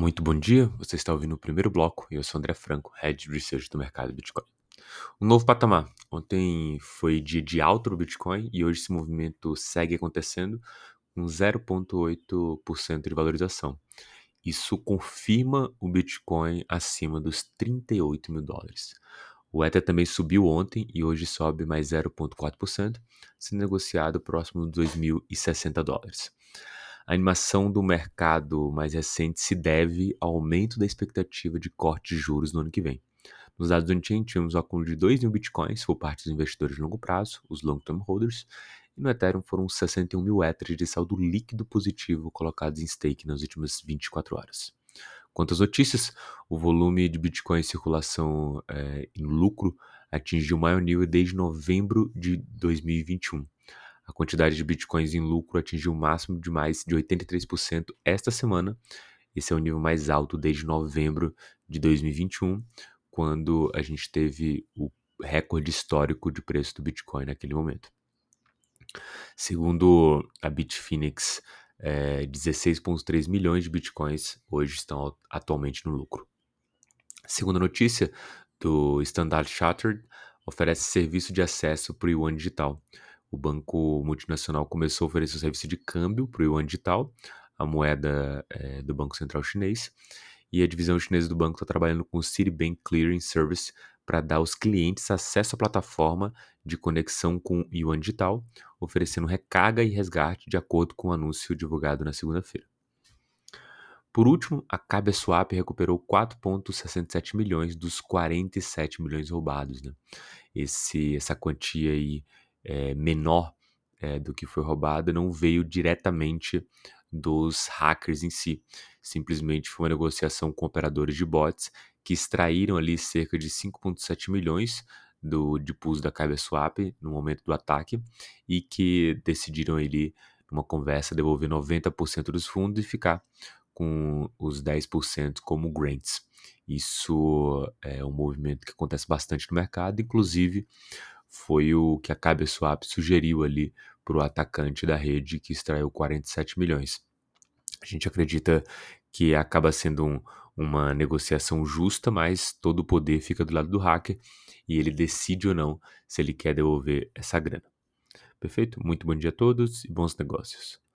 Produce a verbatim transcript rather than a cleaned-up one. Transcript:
Muito bom dia, você está ouvindo o primeiro bloco e eu sou André Franco, Head de Research do mercado Bitcoin. Um novo patamar. Ontem foi dia de alta do Bitcoin e hoje esse movimento segue acontecendo com zero vírgula oito por cento de valorização. Isso confirma o Bitcoin acima dos trinta e oito mil dólares. O Ether também subiu ontem e hoje sobe mais zero vírgula quatro por cento, sendo negociado próximo dos dois mil e sessenta dólares. A animação do mercado mais recente se deve ao aumento da expectativa de corte de juros no ano que vem. Nos dados do on-chain, tivemos o acúmulo de dois mil bitcoins por parte dos investidores de longo prazo, os long-term holders, e no Ethereum foram sessenta e um mil Ethers de saldo líquido positivo colocados em stake nas últimas vinte e quatro horas. Quanto às notícias, o volume de Bitcoin em circulação é, em lucro atingiu o maior nível desde novembro de dois mil e vinte e um. A quantidade de bitcoins em lucro atingiu o máximo de mais de oitenta e três por cento esta semana. Esse é o nível mais alto desde novembro de dois mil e vinte e um, quando a gente teve o recorde histórico de preço do Bitcoin naquele momento. Segundo a Bitfinex, é, dezesseis vírgula três milhões de bitcoins hoje estão atualmente no lucro. Segunda notícia, do Standard Chartered, oferece serviço de acesso para o Yuan Digital. O banco multinacional começou a oferecer o serviço de câmbio para o Yuan Digital, a moeda é, do Banco Central Chinês, e a divisão chinesa do banco está trabalhando com o Citibank Clearing Service para dar aos clientes acesso à plataforma de conexão com o Yuan Digital, oferecendo recarga e resgate de acordo com o anúncio divulgado na segunda-feira. Por último, a CabeSwap recuperou quatro vírgula sessenta e sete milhões dos quarenta e sete milhões roubados. Né? Esse, essa quantia aí, é, menor é, do que foi roubada não veio diretamente dos hackers em si. Simplesmente foi uma negociação com operadores de bots que extraíram ali cerca de cinco vírgula sete milhões do, de pools da CabeSwap no momento do ataque e que decidiram ali, numa conversa, devolver noventa por cento dos fundos e ficar com os dez por cento como grants. Isso é um movimento que acontece bastante no mercado, inclusive foi o que a CabeSwap sugeriu ali para o atacante da rede que extraiu quarenta e sete milhões. A gente acredita que acaba sendo um, uma negociação justa, mas todo o poder fica do lado do hacker e ele decide ou não se ele quer devolver essa grana. Perfeito? Muito bom dia a todos e bons negócios.